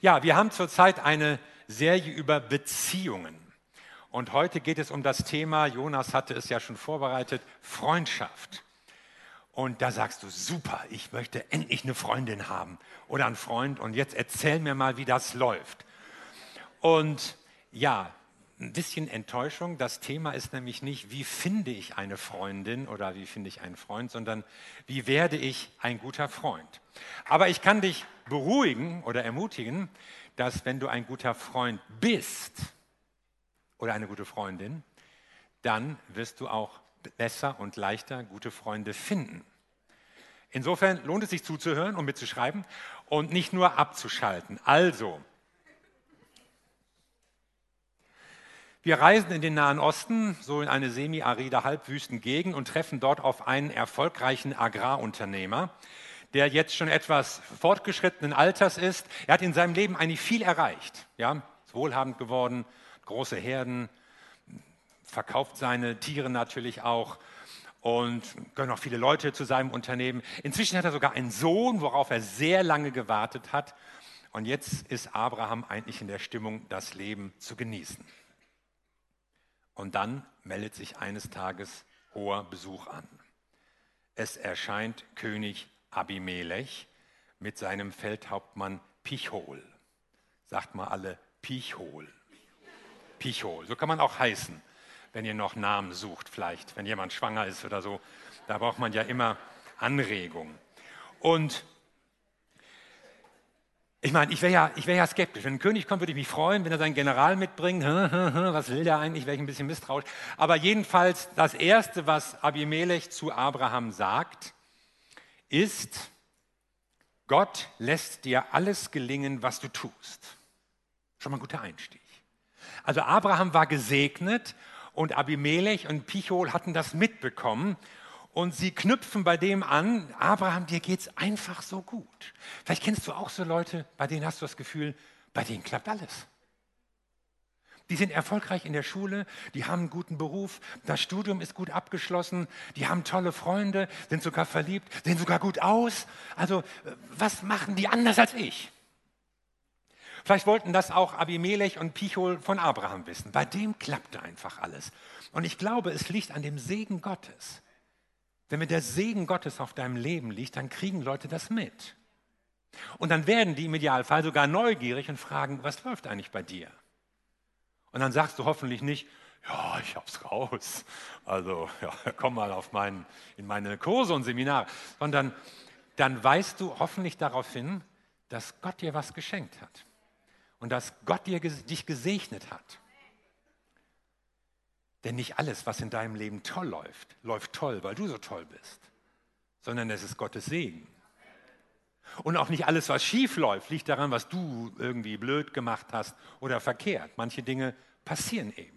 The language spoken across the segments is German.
Ja, wir haben zurzeit eine Serie über Beziehungen. Und heute geht es um das Thema, Jonas hatte es ja schon vorbereitet, Freundschaft. Und da sagst du, super, ich möchte endlich eine Freundin haben oder einen Freund und jetzt erzähl mir mal, wie das läuft. Und ja, ein bisschen Enttäuschung, das Thema ist nämlich nicht, wie finde ich eine Freundin oder wie finde ich einen Freund, sondern wie werde ich ein guter Freund. Aber ich kann dich beruhigen oder ermutigen, dass wenn du ein guter Freund bist oder eine gute Freundin, dann wirst du auch besser und leichter gute Freunde finden. Insofern lohnt es sich zuzuhören und mitzuschreiben und nicht nur abzuschalten. Also, wir reisen in den Nahen Osten, so in eine semi-aride Halbwüstengegend und treffen dort auf einen erfolgreichen Agrarunternehmer, der jetzt schon etwas fortgeschrittenen Alters ist. Er hat in seinem Leben eigentlich viel erreicht, ja, ist wohlhabend geworden, große Herden, verkauft seine Tiere natürlich auch und gehören auch viele Leute zu seinem Unternehmen. Inzwischen hat er sogar einen Sohn, worauf er sehr lange gewartet hat. Und jetzt ist Abraham eigentlich in der Stimmung, das Leben zu genießen. Und dann meldet sich eines Tages hoher Besuch an. Es erscheint König Abimelech mit seinem Feldhauptmann Pichol. Sagt mal alle Pichol. Pichol, so kann man auch heißen, wenn ihr noch Namen sucht vielleicht, wenn jemand schwanger ist oder so. Da braucht man ja immer Anregung. Und ich meine, ich wär ja skeptisch. Wenn ein König kommt, würde ich mich freuen, wenn er seinen General mitbringt. Was will der eigentlich? Wäre ich ein bisschen misstrauisch. Aber jedenfalls, das Erste, was Abimelech zu Abraham sagt, ist, Gott lässt dir alles gelingen, was du tust. Schon mal ein guter Einstieg. Also Abraham war gesegnet und Abimelech und Pichol hatten das mitbekommen. Und sie knüpfen bei dem an, Abraham, dir geht's einfach so gut. Vielleicht kennst du auch so Leute, bei denen hast du das Gefühl, bei denen klappt alles. Die sind erfolgreich in der Schule, die haben einen guten Beruf, das Studium ist gut abgeschlossen, die haben tolle Freunde, sind sogar verliebt, sehen sogar gut aus. Also was machen die anders als ich? Vielleicht wollten das auch Abimelech und Pichol von Abraham wissen. Bei dem klappte einfach alles. Und ich glaube, es liegt an dem Segen Gottes. Wenn der Segen Gottes auf deinem Leben liegt, dann kriegen Leute das mit. Und dann werden die im Idealfall sogar neugierig und fragen, was läuft eigentlich bei dir? Und dann sagst du hoffentlich nicht, ja, ich hab's raus. Also, ja, komm mal in meine Kurse und Seminare. Sondern dann weist du hoffentlich darauf hin, dass Gott dir was geschenkt hat. Und dass Gott dich gesegnet hat. Denn nicht alles, was in deinem Leben toll läuft, läuft toll, weil du so toll bist, sondern es ist Gottes Segen. Und auch nicht alles, was schief läuft, liegt daran, was du irgendwie blöd gemacht hast oder verkehrt. Manche Dinge passieren eben.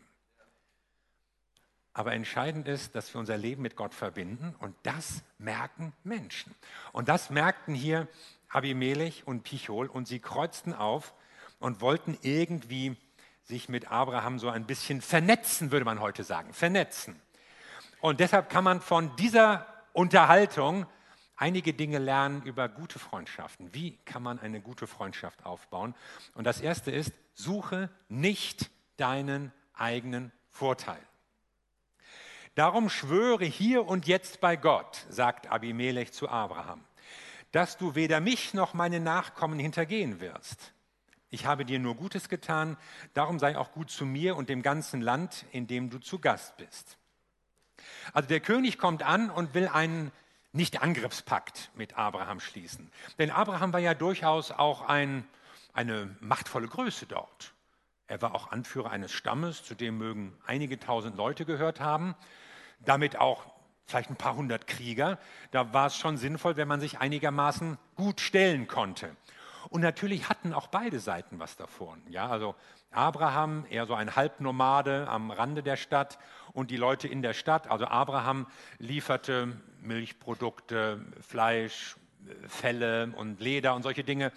Aber entscheidend ist, dass wir unser Leben mit Gott verbinden und das merken Menschen. Und das merkten hier Abimelech und Pichol und sie kreuzten auf und wollten irgendwie sich mit Abraham so ein bisschen vernetzen, würde man heute sagen, vernetzen. Und deshalb kann man von dieser Unterhaltung einige Dinge lernen über gute Freundschaften. Wie kann man eine gute Freundschaft aufbauen? Und das Erste ist, suche nicht deinen eigenen Vorteil. Darum schwöre hier und jetzt bei Gott, sagt Abimelech zu Abraham, dass du weder mich noch meine Nachkommen hintergehen wirst. Ich habe dir nur Gutes getan, darum sei auch gut zu mir und dem ganzen Land, in dem du zu Gast bist. Also der König kommt an und will einen Nicht-Angriffspakt mit Abraham schließen. Denn Abraham war ja durchaus auch eine machtvolle Größe dort. Er war auch Anführer eines Stammes, zu dem mögen einige tausend Leute gehört haben, damit auch vielleicht ein paar hundert Krieger. Da war es schon sinnvoll, wenn man sich einigermaßen gut stellen konnte. Und natürlich hatten auch beide Seiten was davon. Ja, also Abraham, eher so ein Halbnomade am Rande der Stadt und die Leute in der Stadt. Also Abraham lieferte Milchprodukte, Fleisch, Felle und Leder und solche Dinge.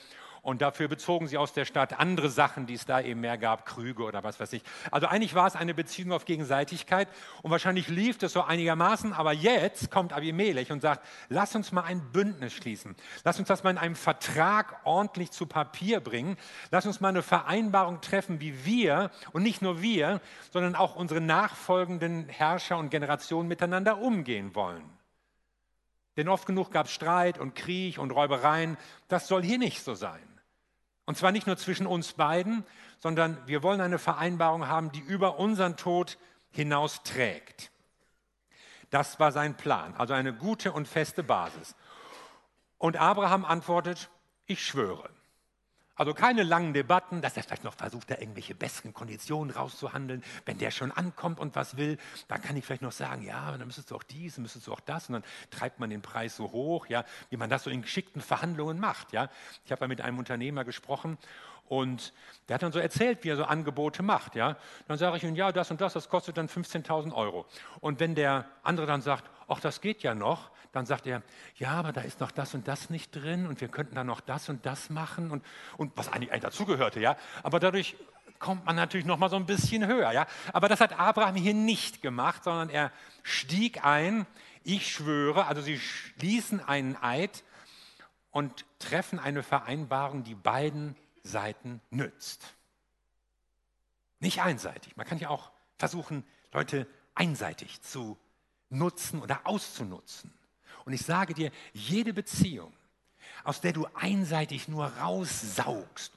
Und dafür bezogen sie aus der Stadt andere Sachen, die es da eben mehr gab, Krüge oder was weiß ich. Also eigentlich war es eine Beziehung auf Gegenseitigkeit und wahrscheinlich lief das so einigermaßen, aber jetzt kommt Abimelech und sagt, lass uns mal ein Bündnis schließen. Lass uns das mal in einem Vertrag ordentlich zu Papier bringen. Lass uns mal eine Vereinbarung treffen, wie wir und nicht nur wir, sondern auch unsere nachfolgenden Herrscher und Generationen miteinander umgehen wollen. Denn oft genug gab es Streit und Krieg und Räubereien. Das soll hier nicht so sein. Und zwar nicht nur zwischen uns beiden, sondern wir wollen eine Vereinbarung haben, die über unseren Tod hinaus trägt. Das war sein Plan, also eine gute und feste Basis. Und Abraham antwortet, ich schwöre. Also keine langen Debatten, dass er vielleicht noch versucht, da irgendwelche besseren Konditionen rauszuhandeln. Wenn der schon ankommt und was will, dann kann ich vielleicht noch sagen, ja, dann müsstest du auch dies, dann müsstest du auch das. Und dann treibt man den Preis so hoch, ja, wie man das so in geschickten Verhandlungen macht. Ja. Ich habe ja mit einem Unternehmer gesprochen und der hat dann so erzählt, wie er so Angebote macht. Ja. Dann sage ich ihm, ja, das und das kostet dann 15.000 Euro. Und wenn der andere dann sagt, ach, das geht ja noch, dann sagt er, ja, aber da ist noch das und das nicht drin und wir könnten da noch das und das machen und was eigentlich dazugehörte, ja. Aber dadurch kommt man natürlich noch mal so ein bisschen höher, ja. Aber das hat Abraham hier nicht gemacht, sondern er stieg ein, ich schwöre, also sie schließen einen Eid und treffen eine Vereinbarung, die beiden Seiten nützt. Nicht einseitig. Man kann ja auch versuchen, Leute einseitig zu nutzen oder auszunutzen. Und ich sage dir, jede Beziehung, aus der du einseitig nur raussaugst,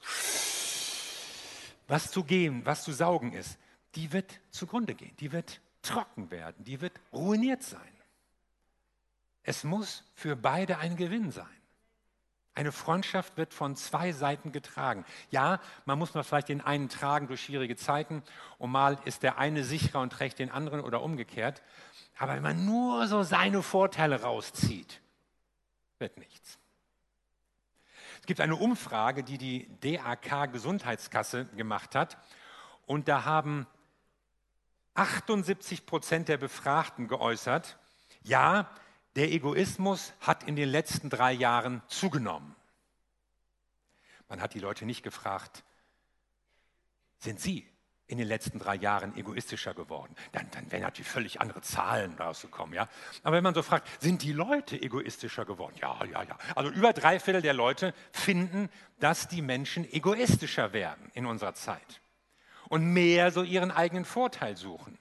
was zu geben, was zu saugen ist, die wird zugrunde gehen, die wird trocken werden, die wird ruiniert sein. Es muss für beide ein Gewinn sein. Eine Freundschaft wird von zwei Seiten getragen. Ja, man muss mal vielleicht den einen tragen durch schwierige Zeiten und mal ist der eine sicherer und trägt den anderen oder umgekehrt. Aber wenn man nur so seine Vorteile rauszieht, wird nichts. Es gibt eine Umfrage, die die DAK Gesundheitskasse gemacht hat und da haben 78% der Befragten geäußert, ja, der Egoismus hat in den letzten 3 Jahren zugenommen. Man hat die Leute nicht gefragt, sind sie in den letzten 3 Jahren egoistischer geworden? Dann wären natürlich völlig andere Zahlen rausgekommen. Ja? Aber wenn man so fragt, sind die Leute egoistischer geworden? Ja. Also über 3/4 der Leute finden, dass die Menschen egoistischer werden in unserer Zeit und mehr so ihren eigenen Vorteil suchen.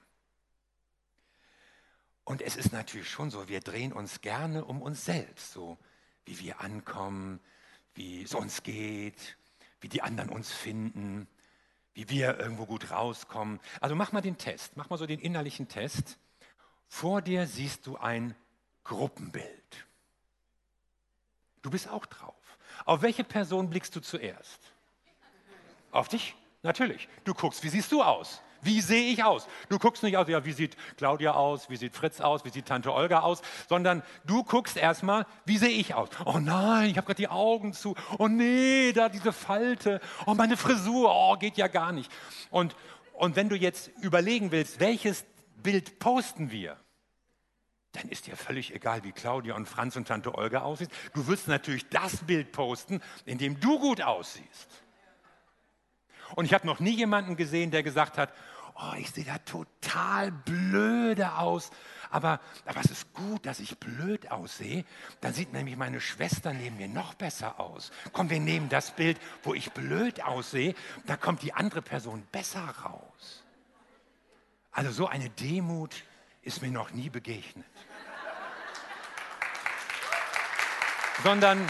Und es ist natürlich schon so, wir drehen uns gerne um uns selbst, so wie wir ankommen, wie es uns geht, wie die anderen uns finden, wie wir irgendwo gut rauskommen. Also mach mal den Test, mach mal so den innerlichen Test. Vor dir siehst du ein Gruppenbild. Du bist auch drauf. Auf welche Person blickst du zuerst? Auf dich? Natürlich. Du guckst, wie siehst du aus? Wie sehe ich aus? Du guckst nicht aus, ja, wie sieht Claudia aus, wie sieht Fritz aus, wie sieht Tante Olga aus, sondern du guckst erstmal, wie sehe ich aus? Oh nein, ich habe gerade die Augen zu. Oh nee, da diese Falte. Oh, meine Frisur, oh, geht ja gar nicht. Und wenn du jetzt überlegen willst, welches Bild posten wir, dann ist dir völlig egal, wie Claudia und Franz und Tante Olga aussehen. Du wirst natürlich das Bild posten, in dem du gut aussiehst. Und ich habe noch nie jemanden gesehen, der gesagt hat, oh, ich sehe da total blöde aus, aber es ist gut, dass ich blöd aussehe, dann sieht nämlich meine Schwester neben mir noch besser aus. Komm, wir nehmen das Bild, wo ich blöd aussehe, da kommt die andere Person besser raus. Also so eine Demut ist mir noch nie begegnet. Sondern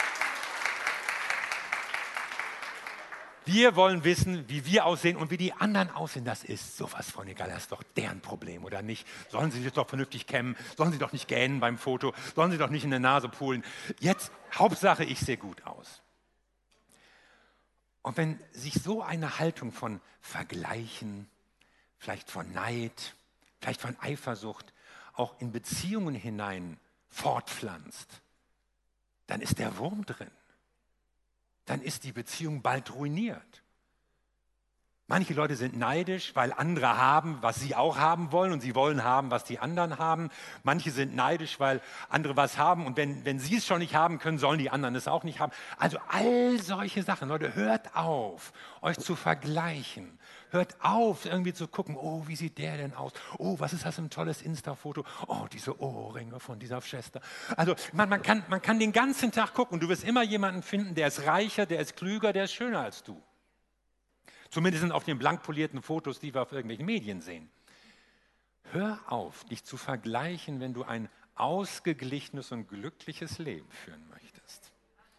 wir wollen wissen, wie wir aussehen und wie die anderen aussehen. Das ist sowas von egal, das ist doch deren Problem, oder nicht? Sollen sie sich doch vernünftig kämmen? Sollen sie doch nicht gähnen beim Foto? Sollen sie doch nicht in der Nase pulen? Jetzt, Hauptsache, ich sehe gut aus. Und wenn sich so eine Haltung von Vergleichen, vielleicht von Neid, vielleicht von Eifersucht auch in Beziehungen hinein fortpflanzt, dann ist der Wurm drin. Dann ist die Beziehung bald ruiniert. Manche Leute sind neidisch, weil andere haben, was sie auch haben wollen und sie wollen haben, was die anderen haben. Manche sind neidisch, weil andere was haben und wenn sie es schon nicht haben können, sollen die anderen es auch nicht haben. Also all solche Sachen. Leute, hört auf, euch zu vergleichen. Hört auf, irgendwie zu gucken, oh, wie sieht der denn aus? Oh, was ist das für ein tolles Insta-Foto? Oh, diese Ohrringe von dieser Schwester. Also man kann den ganzen Tag gucken und du wirst immer jemanden finden, der ist reicher, der ist klüger, der ist schöner als du. Zumindest auf den blank polierten Fotos, die wir auf irgendwelchen Medien sehen. Hör auf, dich zu vergleichen, wenn du ein ausgeglichenes und glückliches Leben führen möchtest.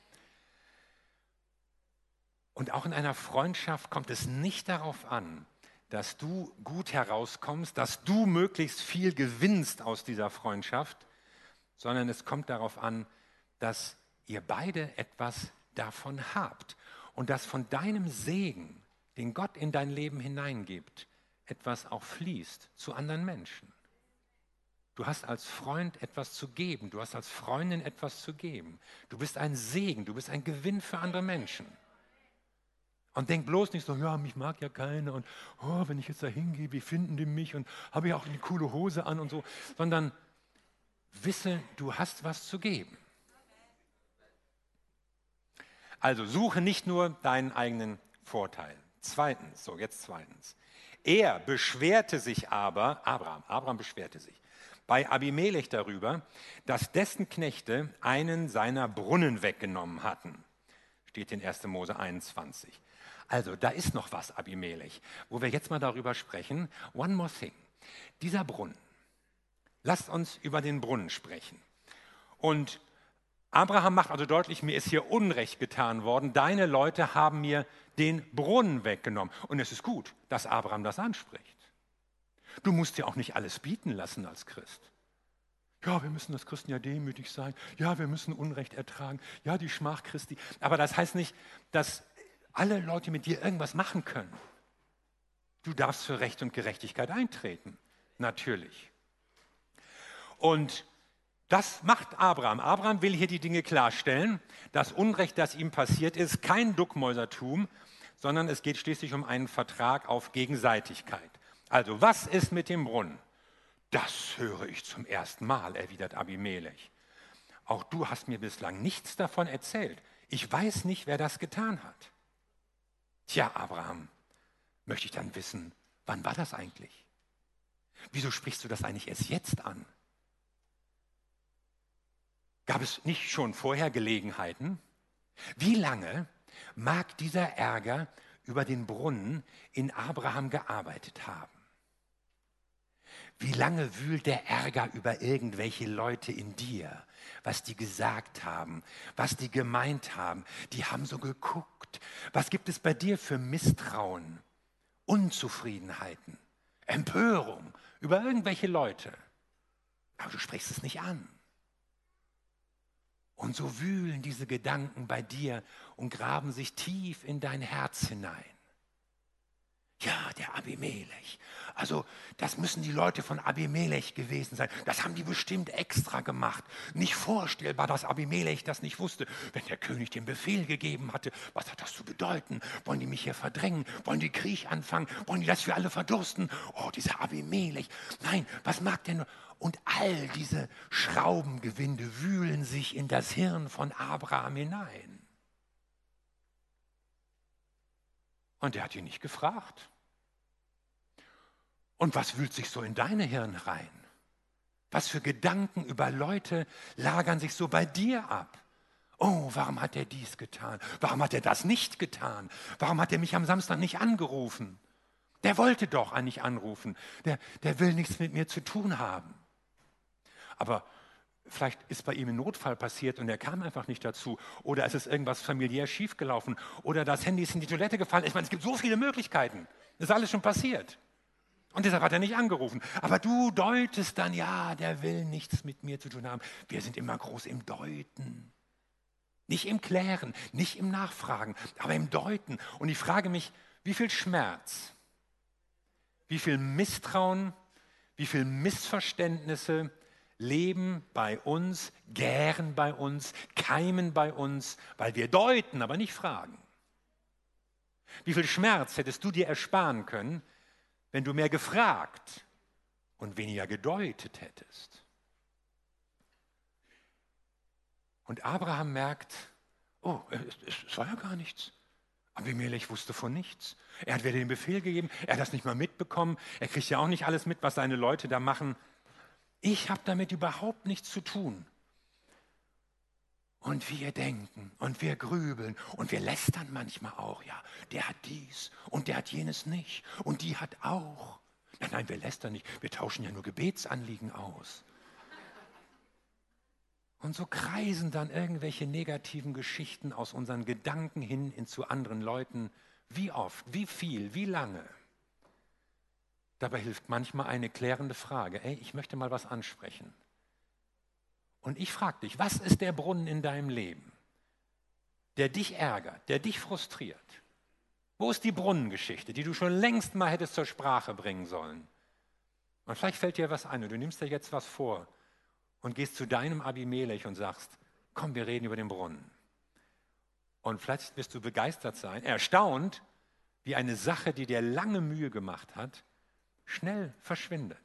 Und auch in einer Freundschaft kommt es nicht darauf an, dass du gut herauskommst, dass du möglichst viel gewinnst aus dieser Freundschaft, sondern es kommt darauf an, dass ihr beide etwas davon habt und dass von deinem Segen, den Gott in dein Leben hineingibt, etwas auch fließt zu anderen Menschen. Du hast als Freund etwas zu geben, du hast als Freundin etwas zu geben. Du bist ein Segen, du bist ein Gewinn für andere Menschen. Und denk bloß nicht so, ja, mich mag ja keiner und oh, wenn ich jetzt da hingehe, wie finden die mich und habe ich auch eine coole Hose an und so, sondern wisse, du hast was zu geben. Also suche nicht nur deinen eigenen Vorteil. Zweitens. Er beschwerte sich aber, Abraham beschwerte sich bei Abimelech darüber, dass dessen Knechte einen seiner Brunnen weggenommen hatten. Steht in 1. Mose 21. Also da ist noch was, Abimelech, wo wir jetzt mal darüber sprechen. One more thing. Dieser Brunnen. Lasst uns über den Brunnen sprechen. Und Abraham macht also deutlich, mir ist hier Unrecht getan worden. Deine Leute haben mir den Brunnen weggenommen. Und es ist gut, dass Abraham das anspricht. Du musst dir auch nicht alles bieten lassen als Christ. Ja, wir müssen als Christen ja demütig sein. Ja, wir müssen Unrecht ertragen. Ja, die Schmach Christi. Aber das heißt nicht, dass alle Leute mit dir irgendwas machen können. Du darfst für Recht und Gerechtigkeit eintreten. Natürlich. Und das macht Abraham. Abraham will hier die Dinge klarstellen. Das Unrecht, das ihm passiert ist, kein Duckmäusertum, sondern es geht schließlich um einen Vertrag auf Gegenseitigkeit. Also, was ist mit dem Brunnen? Das höre ich zum ersten Mal, erwidert Abimelech. Auch du hast mir bislang nichts davon erzählt. Ich weiß nicht, wer das getan hat. Tja, Abraham, möchte ich dann wissen, wann war das eigentlich? Wieso sprichst du das eigentlich erst jetzt an? Gab es nicht schon vorher Gelegenheiten? Wie lange mag dieser Ärger über den Brunnen in Abraham gearbeitet haben? Wie lange wühlt der Ärger über irgendwelche Leute in dir, was die gesagt haben, was die gemeint haben? Die haben so geguckt. Was gibt es bei dir für Misstrauen, Unzufriedenheiten, Empörung über irgendwelche Leute? Aber du sprichst es nicht an. Und so wühlen diese Gedanken bei dir und graben sich tief in dein Herz hinein. Ja, der Abimelech. Also das müssen die Leute von Abimelech gewesen sein. Das haben die bestimmt extra gemacht. Nicht vorstellbar, dass Abimelech das nicht wusste. Wenn der König den Befehl gegeben hatte, was hat das zu bedeuten? Wollen die mich hier verdrängen? Wollen die Krieg anfangen? Wollen die, dass wir alle verdursten? Oh, dieser Abimelech. Nein, was mag der nur? Und all diese Schraubengewinde wühlen sich in das Hirn von Abraham hinein. Und er hat ihn nicht gefragt. Und was wühlt sich so in deine Hirn rein? Was für Gedanken über Leute lagern sich so bei dir ab? Oh, warum hat er dies getan? Warum hat er das nicht getan? Warum hat er mich am Samstag nicht angerufen? Der wollte doch nicht anrufen. Der will nichts mit mir zu tun haben. Aber vielleicht ist bei ihm ein Notfall passiert und er kam einfach nicht dazu. Oder es ist irgendwas familiär schiefgelaufen. Oder das Handy ist in die Toilette gefallen. Ich meine, es gibt so viele Möglichkeiten. Das ist alles schon passiert. Und deshalb hat er nicht angerufen. Aber du deutest dann, ja, der will nichts mit mir zu tun haben. Wir sind immer groß im Deuten. Nicht im Klären, nicht im Nachfragen, aber im Deuten. Und ich frage mich, wie viel Schmerz, wie viel Misstrauen, wie viel Missverständnisse leben bei uns, gären bei uns, keimen bei uns, weil wir deuten, aber nicht fragen. Wie viel Schmerz hättest du dir ersparen können, wenn du mehr gefragt und weniger gedeutet hättest? Und Abraham merkt, oh, es war ja gar nichts. Abimelech wusste von nichts. Er hat weder den Befehl gegeben, er hat das nicht mal mitbekommen. Er kriegt ja auch nicht alles mit, was seine Leute da machen. Ich habe damit überhaupt nichts zu tun. Und wir denken und wir grübeln und wir lästern manchmal auch. Ja, der hat dies und der hat jenes nicht und die hat auch. Nein, wir lästern nicht. Wir tauschen ja nur Gebetsanliegen aus. Und so kreisen dann irgendwelche negativen Geschichten aus unseren Gedanken hin zu anderen Leuten. Wie oft, wie viel, wie lange? Dabei hilft manchmal eine klärende Frage. Ey, ich möchte mal was ansprechen. Und ich frage dich, was ist der Brunnen in deinem Leben, der dich ärgert, der dich frustriert? Wo ist die Brunnengeschichte, die du schon längst mal hättest zur Sprache bringen sollen? Und vielleicht fällt dir was ein und du nimmst dir jetzt was vor und gehst zu deinem Abimelech und sagst, komm, wir reden über den Brunnen. Und vielleicht wirst du begeistert sein, erstaunt, wie eine Sache, die dir lange Mühe gemacht hat, schnell verschwindet.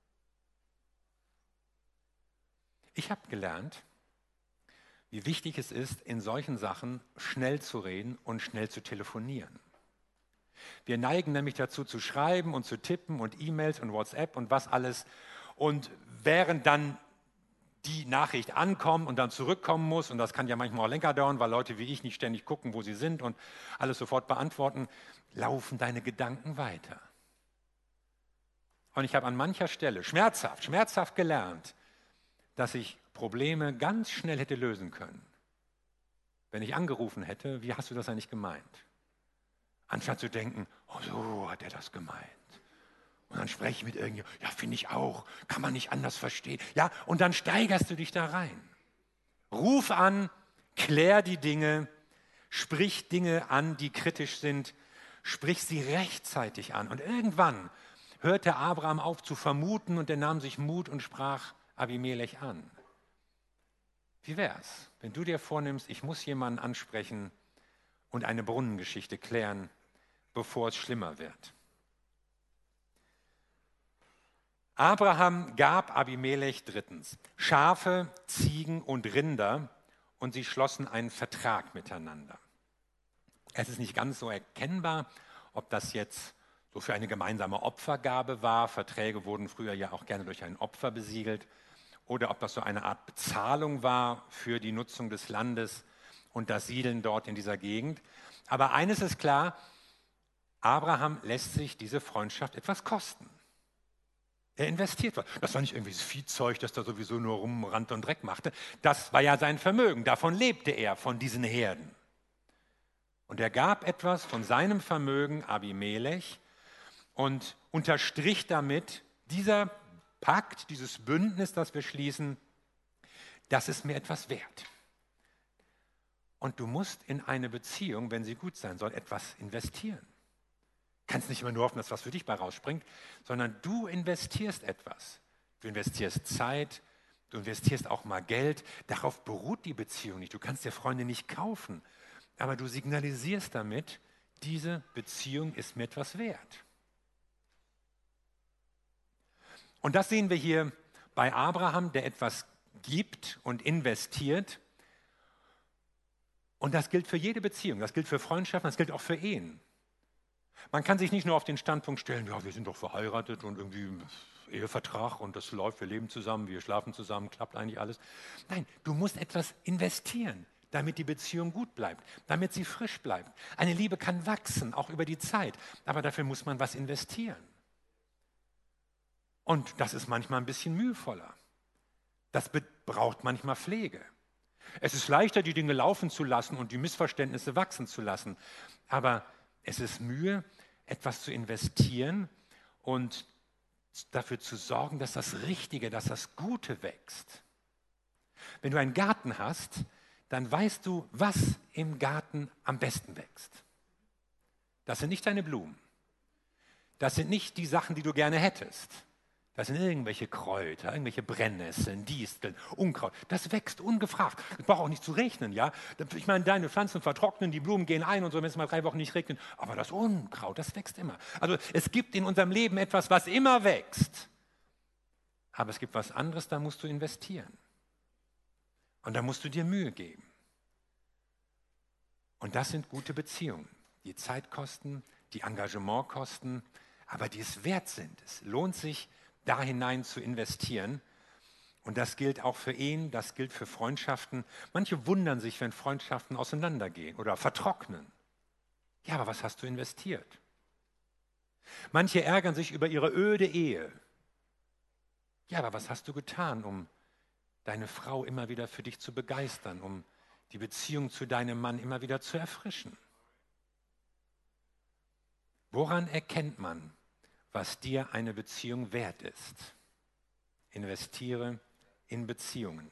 Ich habe gelernt, wie wichtig es ist, in solchen Sachen schnell zu reden und schnell zu telefonieren. Wir neigen nämlich dazu zu schreiben und zu tippen und E-Mails und WhatsApp und was alles. Und während dann die Nachricht ankommt und dann zurückkommen muss, und das kann ja manchmal auch länger dauern, weil Leute wie ich nicht ständig gucken, wo sie sind und alles sofort beantworten, laufen deine Gedanken weiter. Und ich habe an mancher Stelle schmerzhaft gelernt, dass ich Probleme ganz schnell hätte lösen können. Wenn ich angerufen hätte, wie hast du das eigentlich gemeint? Anstatt zu denken, oh, so hat er das gemeint. Und dann spreche ich mit irgendjemandem, ja, finde ich auch, kann man nicht anders verstehen. Ja, und dann steigerst du dich da rein. Ruf an, klär die Dinge, sprich Dinge an, die kritisch sind, sprich sie rechtzeitig an. Und irgendwann hörte Abraham auf zu vermuten und er nahm sich Mut und sprach Abimelech an. Wie wär's, wenn du dir vornimmst, ich muss jemanden ansprechen und eine Brunnengeschichte klären, bevor es schlimmer wird? Abraham gab Abimelech drittens Schafe, Ziegen und Rinder und sie schlossen einen Vertrag miteinander. Es ist nicht ganz so erkennbar, ob das jetzt so für eine gemeinsame Opfergabe war. Verträge wurden früher ja auch gerne durch ein Opfer besiegelt. Oder ob das so eine Art Bezahlung war für die Nutzung des Landes und das Siedeln dort in dieser Gegend. Aber eines ist klar, Abraham lässt sich diese Freundschaft etwas kosten. Er investiert was. Das war nicht irgendwie das Viehzeug, das da sowieso nur Rand und Dreck machte. Das war ja sein Vermögen. Davon lebte er, von diesen Herden. Und er gab etwas von seinem Vermögen Abimelech und unterstrich damit, dieser Pakt, dieses Bündnis, das wir schließen, das ist mir etwas wert. Und du musst in eine Beziehung, wenn sie gut sein soll, etwas investieren. Du kannst nicht immer nur hoffen, dass was für dich bei rausspringt, sondern du investierst etwas. Du investierst Zeit, du investierst auch mal Geld. Darauf beruht die Beziehung nicht. Du kannst dir Freunde nicht kaufen, aber du signalisierst damit, diese Beziehung ist mir etwas wert. Und das sehen wir hier bei Abraham, der etwas gibt und investiert. Und das gilt für jede Beziehung, das gilt für Freundschaften, das gilt auch für Ehen. Man kann sich nicht nur auf den Standpunkt stellen, ja, wir sind doch verheiratet und irgendwie Ehevertrag und das läuft, wir leben zusammen, wir schlafen zusammen, klappt eigentlich alles. Nein, du musst etwas investieren, damit die Beziehung gut bleibt, damit sie frisch bleibt. Eine Liebe kann wachsen, auch über die Zeit, aber dafür muss man was investieren. Und das ist manchmal ein bisschen mühevoller. Das braucht manchmal Pflege. Es ist leichter, die Dinge laufen zu lassen und die Missverständnisse wachsen zu lassen. Aber es ist Mühe, etwas zu investieren und dafür zu sorgen, dass das Richtige, dass das Gute wächst. Wenn du einen Garten hast, dann weißt du, was im Garten am besten wächst. Das sind nicht deine Blumen. Das sind nicht die Sachen, die du gerne hättest. Das sind irgendwelche Kräuter, irgendwelche Brennnesseln, Disteln, Unkraut. Das wächst ungefragt. Es braucht auch nicht zu regnen, ja. Ich meine, deine Pflanzen vertrocknen, die Blumen gehen ein und so, wenn es mal 3 Wochen nicht regnet. Aber das Unkraut, das wächst immer. Also es gibt in unserem Leben etwas, was immer wächst. Aber es gibt was anderes, da musst du investieren. Und da musst du dir Mühe geben. Und das sind gute Beziehungen. Die Zeitkosten, die Engagementkosten, aber die es wert sind. Es lohnt sich, da hinein zu investieren. Und das gilt auch für Ehen, das gilt für Freundschaften. Manche wundern sich, wenn Freundschaften auseinandergehen oder vertrocknen. Ja, aber was hast du investiert? Manche ärgern sich über ihre öde Ehe. Ja, aber was hast du getan, um deine Frau immer wieder für dich zu begeistern, um die Beziehung zu deinem Mann immer wieder zu erfrischen? Woran erkennt man, was dir eine Beziehung wert ist? Investiere in Beziehungen.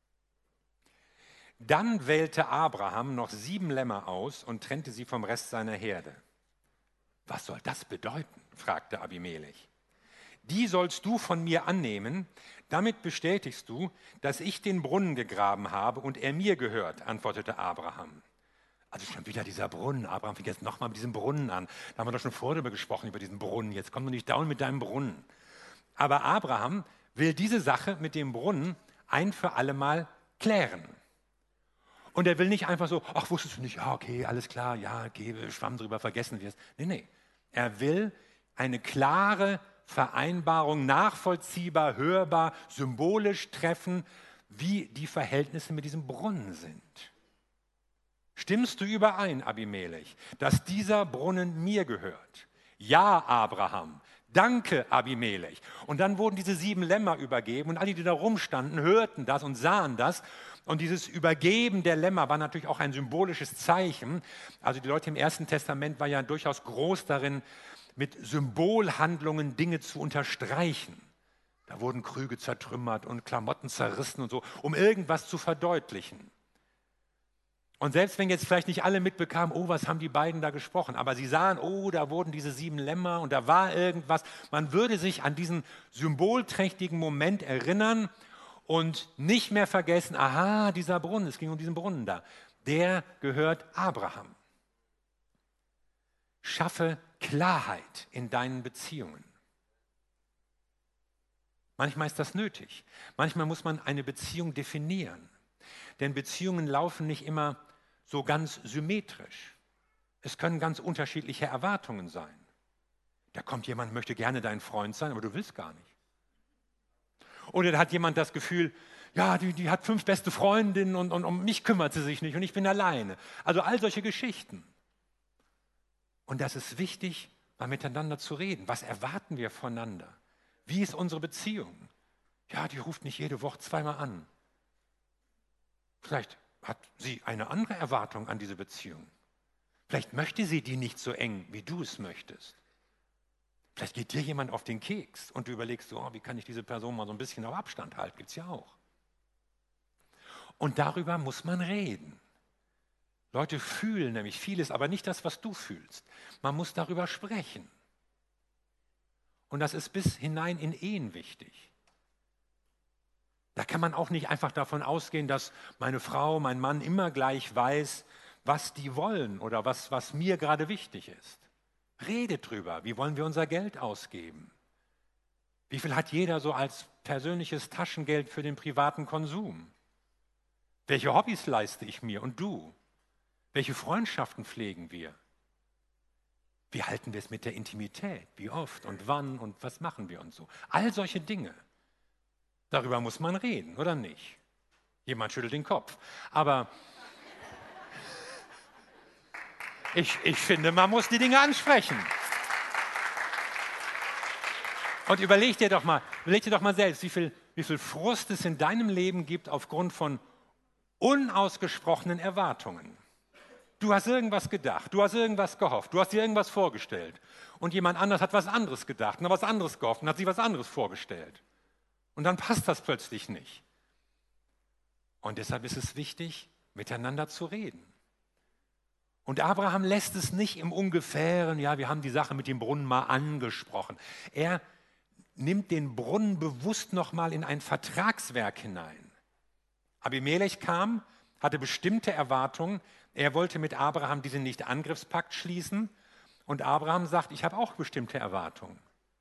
Dann wählte Abraham noch 7 Lämmer aus und trennte sie vom Rest seiner Herde. Was soll das bedeuten? Fragte Abimelech. Die sollst du von mir annehmen, damit bestätigst du, dass ich den Brunnen gegraben habe und er mir gehört, antwortete Abraham. Also schon wieder dieser Brunnen. Abraham fängt jetzt nochmal mit diesem Brunnen an. Da haben wir doch schon vorher darüber gesprochen, über diesen Brunnen. Jetzt komm doch nicht down mit deinem Brunnen. Aber Abraham will diese Sache mit dem Brunnen ein für alle Mal klären. Und er will nicht einfach so, ach, wusstest du nicht, ja, okay, alles klar, ja, okay, schwamm drüber, vergessen wir es. Nee. Er will eine klare Vereinbarung, nachvollziehbar, hörbar, symbolisch treffen, wie die Verhältnisse mit diesem Brunnen sind. Stimmst du überein, Abimelech, dass dieser Brunnen mir gehört? Ja, Abraham. Danke, Abimelech. Und dann wurden diese 7 Lämmer übergeben und alle, die da rumstanden, hörten das und sahen das. Und dieses Übergeben der Lämmer war natürlich auch ein symbolisches Zeichen. Also die Leute im Ersten Testament waren ja durchaus groß darin, mit Symbolhandlungen Dinge zu unterstreichen. Da wurden Krüge zertrümmert und Klamotten zerrissen und so, um irgendwas zu verdeutlichen. Und selbst wenn jetzt vielleicht nicht alle mitbekamen, oh, was haben die beiden da gesprochen, aber sie sahen, oh, da wurden diese 7 Lämmer und da war irgendwas. Man würde sich an diesen symbolträchtigen Moment erinnern und nicht mehr vergessen, aha, dieser Brunnen, es ging um diesen Brunnen da, der gehört Abraham. Schaffe Klarheit in deinen Beziehungen. Manchmal ist das nötig. Manchmal muss man eine Beziehung definieren. Denn Beziehungen laufen nicht immer so ganz symmetrisch. Es können ganz unterschiedliche Erwartungen sein. Da kommt jemand, möchte gerne dein Freund sein, aber du willst gar nicht. Oder da hat jemand das Gefühl, ja, die hat 5 beste Freundinnen und um mich kümmert sie sich nicht und ich bin alleine. Also all solche Geschichten. Und das ist wichtig, mal miteinander zu reden. Was erwarten wir voneinander? Wie ist unsere Beziehung? Ja, die ruft nicht jede Woche 2-mal an. Vielleicht hat sie eine andere Erwartung an diese Beziehung. Vielleicht möchte sie die nicht so eng, wie du es möchtest. Vielleicht geht dir jemand auf den Keks und du überlegst so, oh, wie kann ich diese Person mal so ein bisschen auf Abstand halten? Gibt es ja auch. Und darüber muss man reden. Leute fühlen nämlich vieles, aber nicht das, was du fühlst. Man muss darüber sprechen. Und das ist bis hinein in Ehen wichtig. Da kann man auch nicht einfach davon ausgehen, dass meine Frau, mein Mann immer gleich weiß, was die wollen oder was mir gerade wichtig ist. Redet drüber, wie wollen wir unser Geld ausgeben? Wie viel hat jeder so als persönliches Taschengeld für den privaten Konsum? Welche Hobbys leiste ich mir und du? Welche Freundschaften pflegen wir? Wie halten wir es mit der Intimität? Wie oft und wann und was machen wir und so? All solche Dinge. Darüber muss man reden, oder nicht? Jemand schüttelt den Kopf. Aber ich finde, man muss die Dinge ansprechen. Und überleg dir doch mal selbst, wie viel Frust es in deinem Leben gibt aufgrund von unausgesprochenen Erwartungen. Du hast irgendwas gedacht, du hast irgendwas gehofft, du hast dir irgendwas vorgestellt. Und jemand anders hat was anderes gedacht und hat was anderes gehofft und hat sich was anderes vorgestellt. Und dann passt das plötzlich nicht. Und deshalb ist es wichtig, miteinander zu reden. Und Abraham lässt es nicht im Ungefähren, ja, wir haben die Sache mit dem Brunnen mal angesprochen. Er nimmt den Brunnen bewusst nochmal in ein Vertragswerk hinein. Abimelech kam, hatte bestimmte Erwartungen. Er wollte mit Abraham diesen Nicht-Angriffspakt schließen. Und Abraham sagt, ich habe auch bestimmte Erwartungen.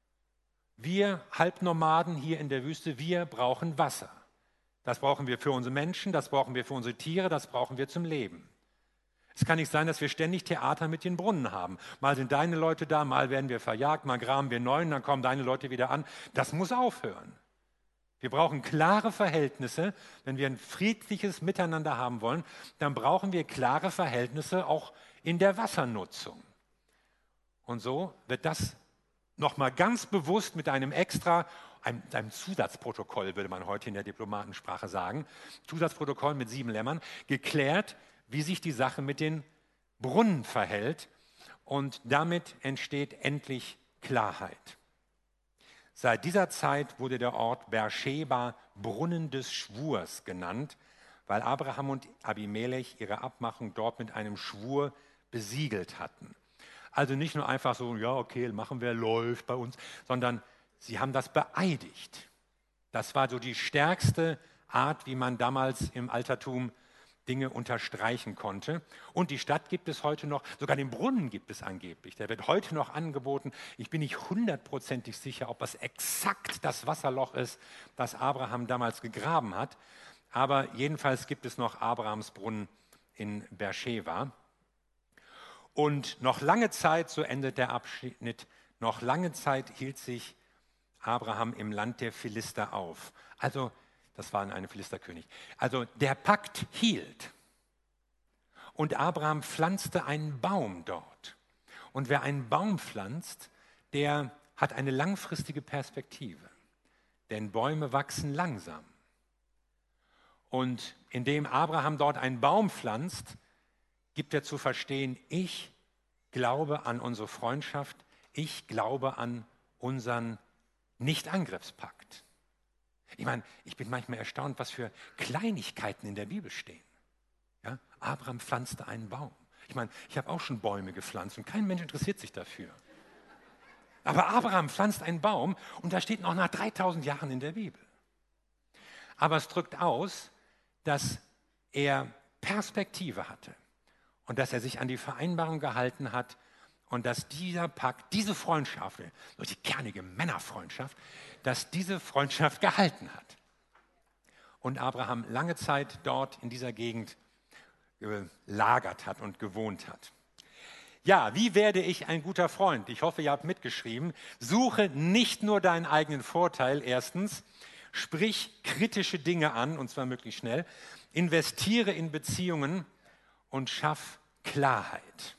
Wir Halbnomaden hier in der Wüste, wir brauchen Wasser. Das brauchen wir für unsere Menschen, das brauchen wir für unsere Tiere, das brauchen wir zum Leben. Es kann nicht sein, dass wir ständig Theater mit den Brunnen haben. Mal sind deine Leute da, mal werden wir verjagt, mal graben wir neuen, dann kommen deine Leute wieder an. Das muss aufhören. Wir brauchen klare Verhältnisse. Wenn wir ein friedliches Miteinander haben wollen, dann brauchen wir klare Verhältnisse auch in der Wassernutzung. Und so wird das nochmal ganz bewusst mit einem einem Zusatzprotokoll, würde man heute in der Diplomatensprache sagen, Zusatzprotokoll mit 7 Lämmern, geklärt, wie sich die Sache mit den Brunnen verhält. Und damit entsteht endlich Klarheit. Seit dieser Zeit wurde der Ort Beersheba Brunnen des Schwurs genannt, weil Abraham und Abimelech ihre Abmachung dort mit einem Schwur besiegelt hatten. Also nicht nur einfach so, ja okay, machen wir, läuft bei uns, sondern sie haben das beeidigt. Das war so die stärkste Art, wie man damals im Altertum Dinge unterstreichen konnte. Und die Stadt gibt es heute noch, sogar den Brunnen gibt es angeblich. Der wird heute noch angeboten. Ich bin nicht 100%ig sicher, ob das exakt das Wasserloch ist, das Abraham damals gegraben hat. Aber jedenfalls gibt es noch Abrahams Brunnen in Beersheba. Und noch lange Zeit, so endet der Abschnitt, noch lange Zeit hielt sich Abraham im Land der Philister auf. Also das war ein Philisterkönig. Also der Pakt hielt. Und Abraham pflanzte einen Baum dort. Und wer einen Baum pflanzt, der hat eine langfristige Perspektive. Denn Bäume wachsen langsam. Und indem Abraham dort einen Baum pflanzt, gibt er zu verstehen, ich glaube an unsere Freundschaft, ich glaube an unseren Nicht-Angriffspakt. Ich meine, ich bin manchmal erstaunt, was für Kleinigkeiten in der Bibel stehen. Ja? Abraham pflanzte einen Baum. Ich meine, ich habe auch schon Bäume gepflanzt und kein Mensch interessiert sich dafür. Aber Abraham pflanzt einen Baum und das steht noch nach 3000 Jahren in der Bibel. Aber es drückt aus, dass er Perspektive hatte und dass er sich an die Vereinbarung gehalten hat und dass dieser Pakt, diese Freundschaft, die kernige Männerfreundschaft, dass diese Freundschaft gehalten hat. Und Abraham lange Zeit dort in dieser Gegend gelagert hat und gewohnt hat. Ja, wie werde ich ein guter Freund? Ich hoffe, ihr habt mitgeschrieben. Suche nicht nur deinen eigenen Vorteil, erstens. Sprich kritische Dinge an, und zwar möglichst schnell. Investiere in Beziehungen und schaff Klarheit.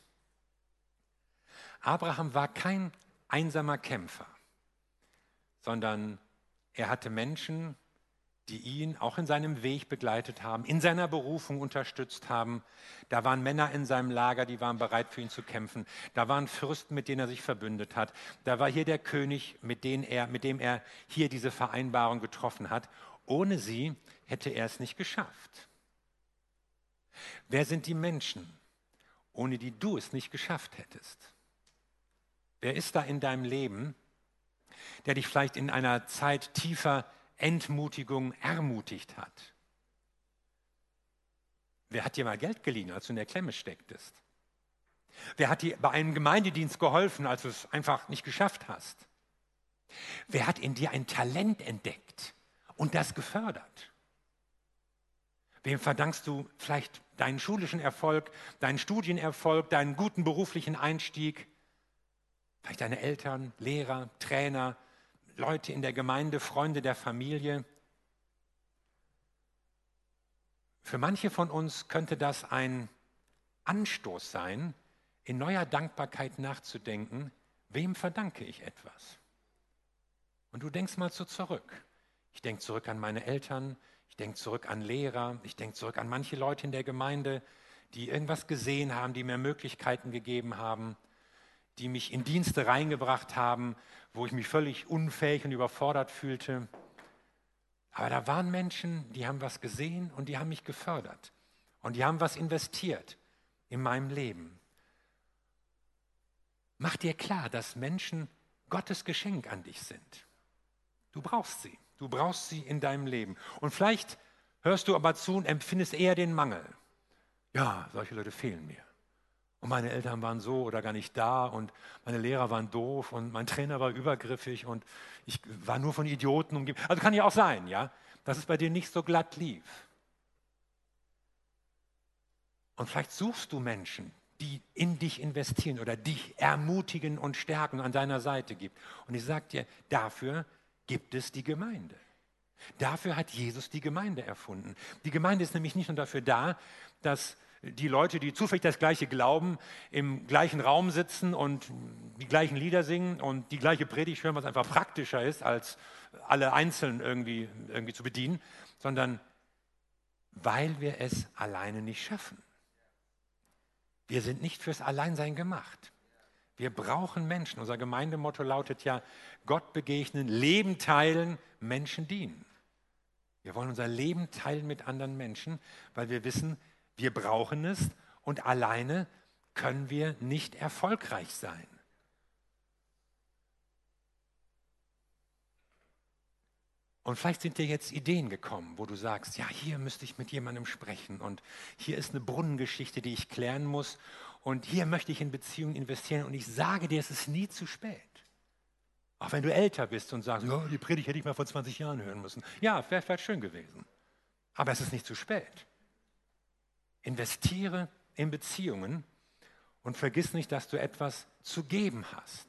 Abraham war kein einsamer Kämpfer, sondern er hatte Menschen, die ihn auch in seinem Weg begleitet haben, in seiner Berufung unterstützt haben. Da waren Männer in seinem Lager, die waren bereit für ihn zu kämpfen. Da waren Fürsten, mit denen er sich verbündet hat. Da war hier der König, mit dem er hier diese Vereinbarung getroffen hat. Ohne sie hätte er es nicht geschafft. Wer sind die Menschen, ohne die du es nicht geschafft hättest? Wer ist da in deinem Leben, der dich vielleicht in einer Zeit tiefer Entmutigung ermutigt hat? Wer hat dir mal Geld geliehen, als du in der Klemme stecktest? Wer hat dir bei einem Gemeindedienst geholfen, als du es einfach nicht geschafft hast? Wer hat in dir ein Talent entdeckt und das gefördert? Wem verdankst du vielleicht deinen schulischen Erfolg, deinen Studienerfolg, deinen guten beruflichen Einstieg? Vielleicht deine Eltern, Lehrer, Trainer, Leute in der Gemeinde, Freunde der Familie. Für manche von uns könnte das ein Anstoß sein, in neuer Dankbarkeit nachzudenken, wem verdanke ich etwas? Und du denkst mal so zurück. Ich denke zurück an meine Eltern, ich denke zurück an Lehrer, ich denke zurück an manche Leute in der Gemeinde, die irgendwas gesehen haben, die mir Möglichkeiten gegeben haben, die mich in Dienste reingebracht haben, wo ich mich völlig unfähig und überfordert fühlte. Aber da waren Menschen, die haben was gesehen und die haben mich gefördert. Und die haben was investiert in meinem Leben. Mach dir klar, dass Menschen Gottes Geschenk an dich sind. Du brauchst sie. Du brauchst sie in deinem Leben. Und vielleicht hörst du aber zu und empfindest eher den Mangel. Ja, solche Leute fehlen mir. Und meine Eltern waren so oder gar nicht da und meine Lehrer waren doof und mein Trainer war übergriffig und ich war nur von Idioten umgeben. Also kann ja auch sein, ja, dass es bei dir nicht so glatt lief. Und vielleicht suchst du Menschen, die in dich investieren oder dich ermutigen und stärken, an deiner Seite gibt. Und ich sage dir, dafür gibt es die Gemeinde. Dafür hat Jesus die Gemeinde erfunden. Die Gemeinde ist nämlich nicht nur dafür da, dass die Leute, die zufällig das Gleiche glauben, im gleichen Raum sitzen und die gleichen Lieder singen und die gleiche Predigt hören, was einfach praktischer ist, als alle einzeln irgendwie zu bedienen, sondern weil wir es alleine nicht schaffen. Wir sind nicht fürs Alleinsein gemacht. Wir brauchen Menschen. Unser Gemeindemotto lautet ja, Gott begegnen, Leben teilen, Menschen dienen. Wir wollen unser Leben teilen mit anderen Menschen, weil wir wissen, wir brauchen es und alleine können wir nicht erfolgreich sein. Und vielleicht sind dir jetzt Ideen gekommen, wo du sagst, ja, hier müsste ich mit jemandem sprechen und hier ist eine Brunnengeschichte, die ich klären muss und hier möchte ich in Beziehungen investieren und ich sage dir, es ist nie zu spät. Auch wenn du älter bist und sagst, ja, die Predigt hätte ich mal vor 20 Jahren hören müssen. Ja, wäre vielleicht schön gewesen. Aber es ist nicht zu spät. Investiere in Beziehungen und vergiss nicht, dass du etwas zu geben hast.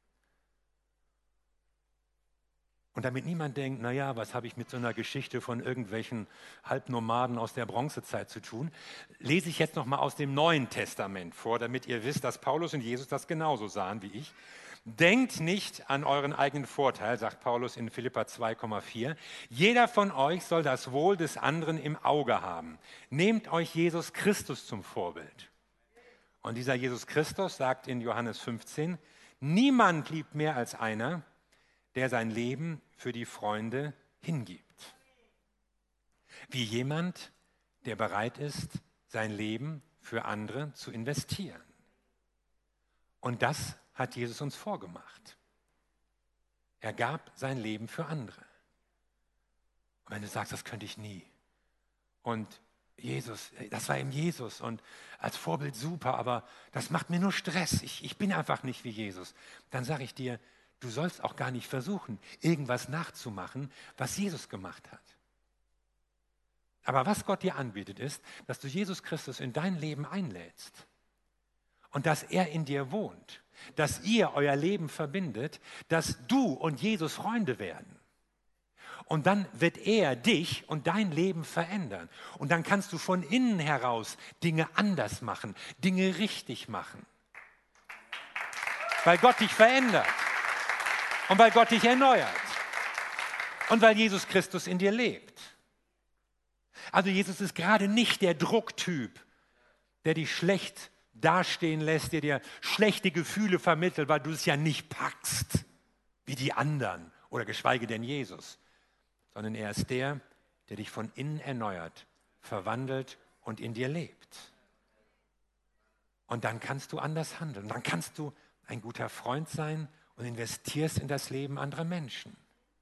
Und damit niemand denkt, naja, was habe ich mit so einer Geschichte von irgendwelchen Halbnomaden aus der Bronzezeit zu tun, lese ich jetzt nochmal aus dem Neuen Testament vor, damit ihr wisst, dass Paulus und Jesus das genauso sahen wie ich. Denkt nicht an euren eigenen Vorteil, sagt Paulus in Philipper 2,4. Jeder von euch soll das Wohl des anderen im Auge haben. Nehmt euch Jesus Christus zum Vorbild. Und dieser Jesus Christus sagt in Johannes 15, niemand liebt mehr als einer, der sein Leben für die Freunde hingibt. Wie jemand, der bereit ist, sein Leben für andere zu investieren. Und das hat Jesus uns vorgemacht. Er gab sein Leben für andere. Und wenn du sagst, das könnte ich nie. Und Jesus, das war eben Jesus und als Vorbild super, aber das macht mir nur Stress. Ich bin einfach nicht wie Jesus. Dann sage ich dir, du sollst auch gar nicht versuchen, irgendwas nachzumachen, was Jesus gemacht hat. Aber was Gott dir anbietet, ist, dass du Jesus Christus in dein Leben einlädst und dass er in dir wohnt, dass ihr euer Leben verbindet, dass du und Jesus Freunde werden. Und dann wird er dich und dein Leben verändern. Und dann kannst du von innen heraus Dinge anders machen, Dinge richtig machen. Weil Gott dich verändert. Und weil Gott dich erneuert. Und weil Jesus Christus in dir lebt. Also Jesus ist gerade nicht der Drucktyp, der dich schlecht dastehen lässt, der dir schlechte Gefühle vermittelt, weil du es ja nicht packst, wie die anderen oder geschweige denn Jesus. Sondern er ist der dich von innen erneuert, verwandelt und in dir lebt. Und dann kannst du anders handeln. Dann kannst du ein guter Freund sein und investierst in das Leben anderer Menschen.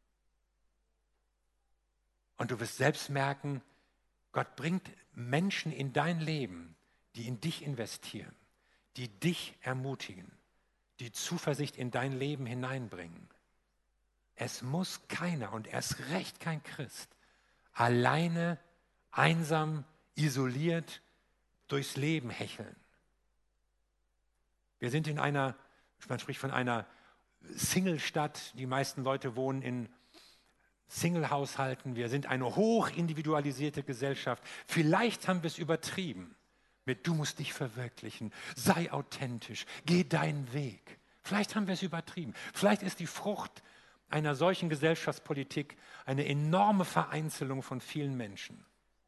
Und du wirst selbst merken, Gott bringt Menschen in dein Leben, die in dich investieren, die dich ermutigen, die Zuversicht in dein Leben hineinbringen. Es muss keiner und erst recht kein Christ alleine, einsam, isoliert durchs Leben hecheln. Wir sind in einer, man spricht von einer Single-Stadt, die meisten Leute wohnen in Single-Haushalten, wir sind eine hoch individualisierte Gesellschaft. Vielleicht haben wir es übertrieben mit du musst dich verwirklichen, sei authentisch, geh deinen Weg. Vielleicht haben wir es übertrieben. Vielleicht ist die Frucht einer solchen Gesellschaftspolitik eine enorme Vereinzelung von vielen Menschen.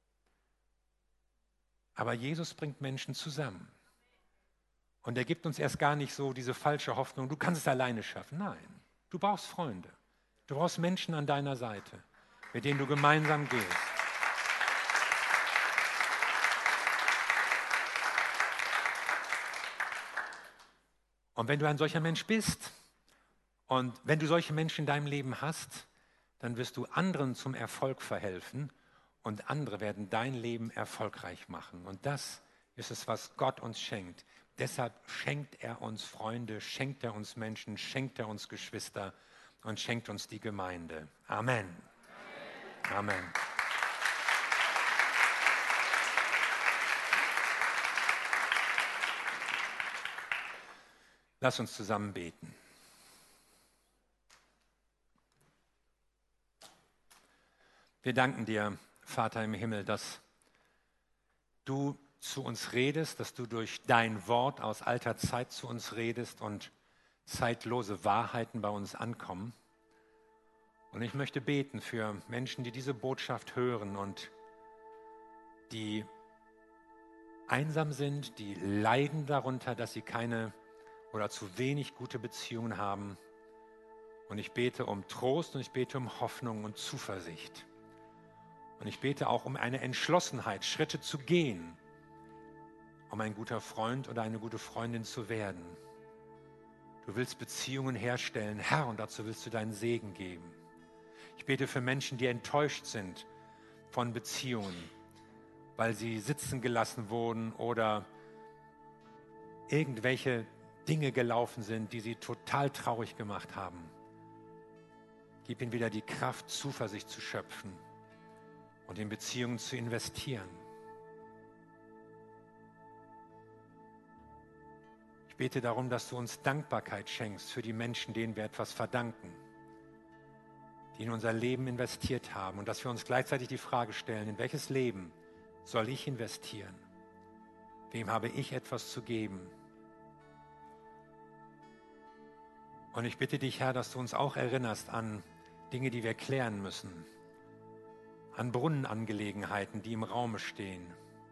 Aber Jesus bringt Menschen zusammen. Und er gibt uns erst gar nicht so diese falsche Hoffnung, du kannst es alleine schaffen. Nein, du brauchst Freunde. Du brauchst Menschen an deiner Seite, mit denen du gemeinsam gehst. Und wenn du ein solcher Mensch bist und wenn du solche Menschen in deinem Leben hast, dann wirst du anderen zum Erfolg verhelfen und andere werden dein Leben erfolgreich machen. Und das ist es, was Gott uns schenkt. Deshalb schenkt er uns Freunde, schenkt er uns Menschen, schenkt er uns Geschwister und schenkt uns die Gemeinde. Amen. Amen. Lass uns zusammen beten. Wir danken dir, Vater im Himmel, dass du zu uns redest, dass du durch dein Wort aus alter Zeit zu uns redest und zeitlose Wahrheiten bei uns ankommen. Und ich möchte beten für Menschen, die diese Botschaft hören und die einsam sind, die leiden darunter, dass sie keine oder zu wenig gute Beziehungen haben. Und ich bete um Trost und ich bete um Hoffnung und Zuversicht. Und ich bete auch um eine Entschlossenheit, Schritte zu gehen, um ein guter Freund oder eine gute Freundin zu werden. Du willst Beziehungen herstellen, Herr, und dazu willst du deinen Segen geben. Ich bete für Menschen, die enttäuscht sind von Beziehungen, weil sie sitzen gelassen wurden oder irgendwelche Dinge gelaufen sind, die sie total traurig gemacht haben. Gib ihnen wieder die Kraft, Zuversicht zu schöpfen und in Beziehungen zu investieren. Ich bete darum, dass du uns Dankbarkeit schenkst für die Menschen, denen wir etwas verdanken, die in unser Leben investiert haben und dass wir uns gleichzeitig die Frage stellen, in welches Leben soll ich investieren? Wem habe ich etwas zu geben? Und ich bitte dich, Herr, dass du uns auch erinnerst an Dinge, die wir klären müssen, an Brunnenangelegenheiten, die im Raume stehen.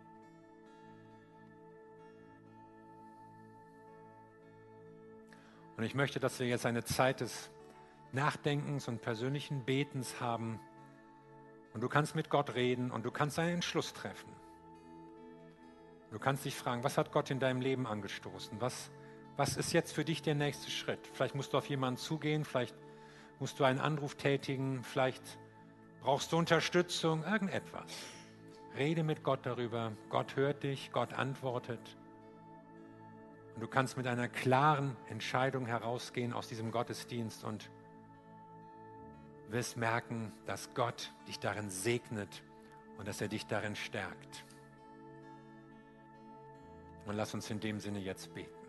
Und ich möchte, dass wir jetzt eine Zeit des Nachdenkens und persönlichen Betens haben. Und du kannst mit Gott reden und du kannst einen Entschluss treffen. Du kannst dich fragen, was hat Gott in deinem Leben angestoßen? Was ist jetzt für dich der nächste Schritt? Vielleicht musst du auf jemanden zugehen, vielleicht musst du einen Anruf tätigen, vielleicht brauchst du Unterstützung, irgendetwas. Rede mit Gott darüber. Gott hört dich, Gott antwortet. Und du kannst mit einer klaren Entscheidung herausgehen aus diesem Gottesdienst und wirst merken, dass Gott dich darin segnet und dass er dich darin stärkt. Und lass uns in dem Sinne jetzt beten.